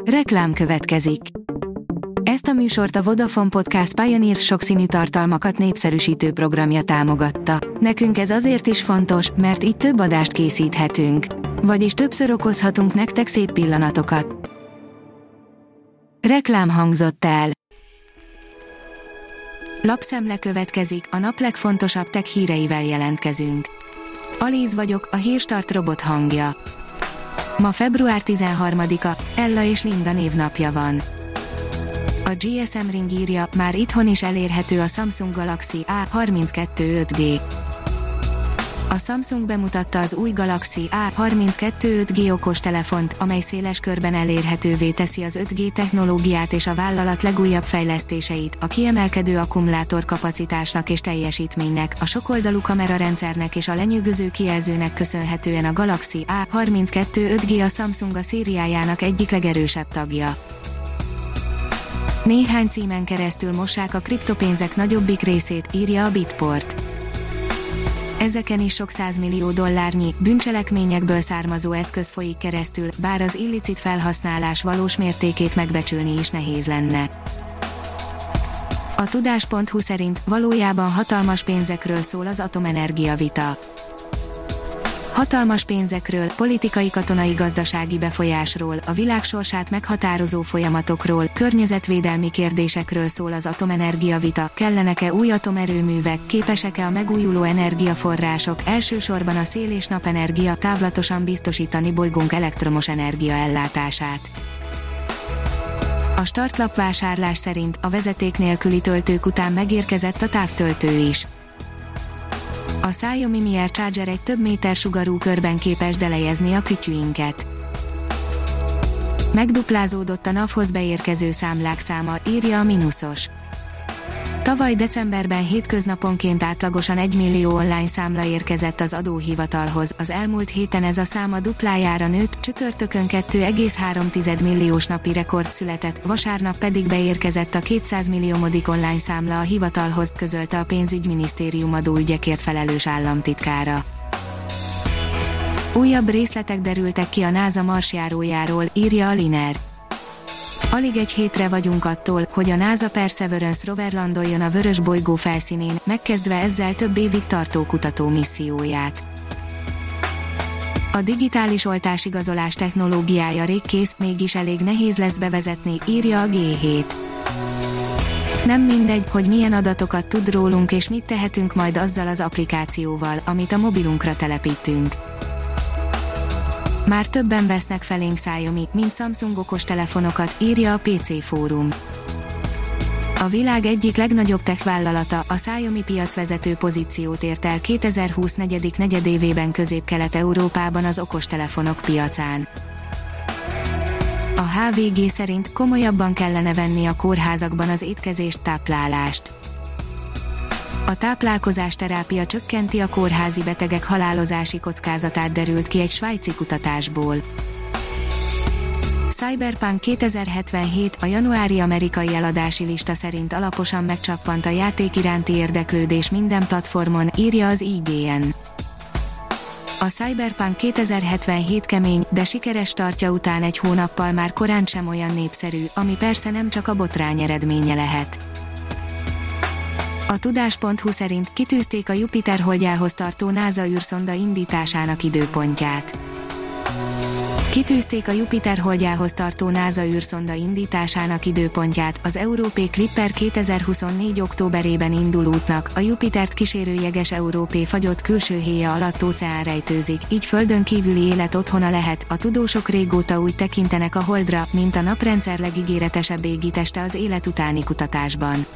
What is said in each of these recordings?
Reklám következik. Ezt a műsort a Vodafone Podcast Pioneer sokszínű tartalmakat népszerűsítő programja támogatta. Nekünk ez azért is fontos, mert így több adást készíthetünk. Vagyis többször okozhatunk nektek szép pillanatokat. Reklám hangzott el. Lapszemle következik, a nap legfontosabb tech híreivel jelentkezünk. Alíz vagyok, a Hírstart robot hangja. Ma február 13-a, Ella és Linda névnapja van. A GSM Ring írja, már itthon is elérhető a Samsung Galaxy A32 5G. A Samsung bemutatta az új Galaxy A32 5G okostelefont, amely széles körben elérhetővé teszi az 5G technológiát és a vállalat legújabb fejlesztéseit, a kiemelkedő akkumulátorkapacitásnak és teljesítménynek, a sokoldalú kamerarendszernek és a lenyűgöző kijelzőnek köszönhetően a Galaxy A32 5G a Samsung a szériájának egyik legerősebb tagja. Néhány címen keresztül mossák a kriptopénzek nagyobbik részét, írja a Bitport. Ezeken is sok $100 millió bűncselekményekből származó eszköz folyik keresztül, bár az illicit felhasználás valós mértékét megbecsülni is nehéz lenne. A tudás.hu szerint valójában hatalmas pénzekről szól az atomenergia vita. Hatalmas pénzekről, politikai, katonai, gazdasági befolyásról, a világ sorsát meghatározó folyamatokról, környezetvédelmi kérdésekről szól az atomenergia vita, kellenek-e új atomerőművek, képesek-e a megújuló energiaforrások, elsősorban a szél- és napenergia távlatosan biztosítani bolygónk elektromos energiaellátását. A startlap vásárlás szerint a vezeték nélküli töltők után megérkezett a távtöltő is. A Xiaomi Mi Air Charger egy több méter sugarú körben képes delejezni a kütyüinket. Megduplázódott a NAV-hoz beérkező számlák száma, írja a Minusos. Tavaly decemberben hétköznaponként átlagosan 1 millió online számla érkezett az adóhivatalhoz, az elmúlt héten ez a szám a duplájára nőtt, csütörtökön 2,3 milliós napi rekord született, vasárnap pedig beérkezett a 200 milliómodik online számla a hivatalhoz, közölte a pénzügyminisztérium adóügyekért felelős államtitkára. Újabb részletek derültek ki a NASA marsjárójáról, írja a Liner. Alig egy hétre vagyunk attól, hogy a NASA Perseverance rover landoljon a vörös bolygó felszínén, megkezdve ezzel több évig tartó kutató misszióját. A digitális oltásigazolás technológiája rég kész, mégis elég nehéz lesz bevezetni, írja a G7. Nem mindegy, hogy milyen adatokat tud rólunk és mit tehetünk majd azzal az applikációval, amit a mobilunkra telepítünk. Már többen vesznek felénk Xiaomi, mint Samsung okostelefonokat, írja a PC Fórum. A világ egyik legnagyobb tech vállalata, a Xiaomi piacvezető pozíciót ért el 2020 negyedik negyedévében Közép-Kelet-Európában az okostelefonok piacán. A HVG szerint komolyabban kellene venni a kórházakban az étkezést, táplálást. A táplálkozásterápia csökkenti a kórházi betegek halálozási kockázatát, derült ki egy svájci kutatásból. Cyberpunk 2077, a januári amerikai eladási lista szerint alaposan megcsappant a játék iránti érdeklődés minden platformon, írja az IGN. A Cyberpunk 2077 kemény, de sikeres startja után egy hónappal már korán sem olyan népszerű, ami persze nem csak a botrány eredménye lehet. A tudás.hu szerint kitűzték a Jupiter holdjához tartó NASA űrszonda indításának időpontját. Kitűzték a Jupiter holdjához tartó NASA űrszonda indításának időpontját, az Európai Clipper 2024. októberében indul útnak, a Jupitert kísérő jeges Európai fagyott külső héja alatt óceán rejtőzik, így földön kívüli élet otthona lehet, a tudósok régóta úgy tekintenek a Holdra, mint a naprendszer legígéretesebb égiteste az élet utáni kutatásban.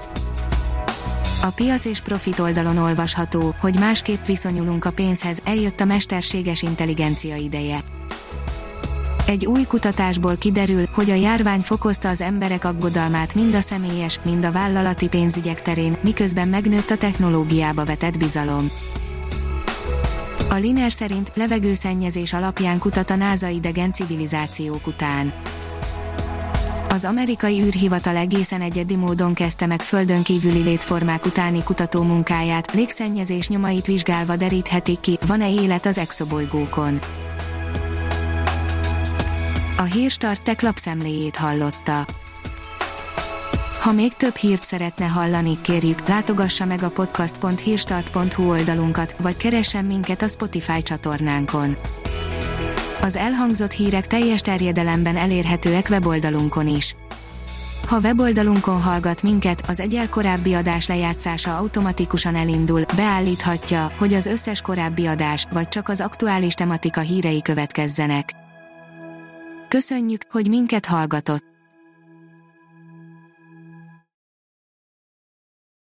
A piac és profit oldalon olvasható, hogy másképp viszonyulunk a pénzhez, eljött a mesterséges intelligencia ideje. Egy új kutatásból kiderül, hogy a járvány fokozta az emberek aggodalmát mind a személyes, mind a vállalati pénzügyek terén, miközben megnőtt a technológiába vetett bizalom. A Liner szerint levegőszennyezés alapján kutat a NASA idegen civilizációk után. Az amerikai űrhivatal egészen egyedi módon kezdte meg földön kívüli létformák utáni kutatómunkáját, légszennyezés nyomait vizsgálva deríthetik ki, van-e élet az exobolygókon. A Hírstart tech lapszemléjét hallotta. Ha még több hírt szeretne hallani, kérjük, látogassa meg a podcast.hírstart.hu oldalunkat, vagy keressen minket a Spotify csatornánkon. Az elhangzott hírek teljes terjedelemben elérhetőek weboldalunkon is. Ha weboldalunkon hallgat minket, az egyel korábbi adás lejátszása automatikusan elindul, beállíthatja, hogy az összes korábbi adás, vagy csak az aktuális tematika hírei következzenek. Köszönjük, hogy minket hallgatott!